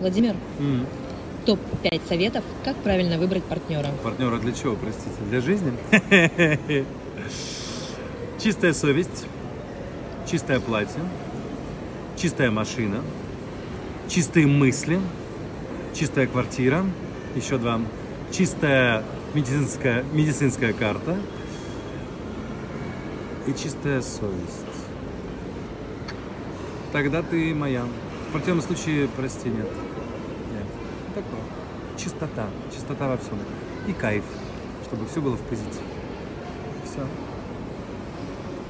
Владимир, М. топ-5 советов, как правильно выбрать партнера. Партнера для чего, простите? Для жизни? Чистая совесть, чистое платье, чистая машина, чистые мысли, чистая квартира, еще 2, чистая медицинская карта и чистая совесть. Тогда ты моя. В противном случае, прости, нет. Нет. Такое. Чистота. Чистота во всем. И кайф. Чтобы все было в позитиве. Все.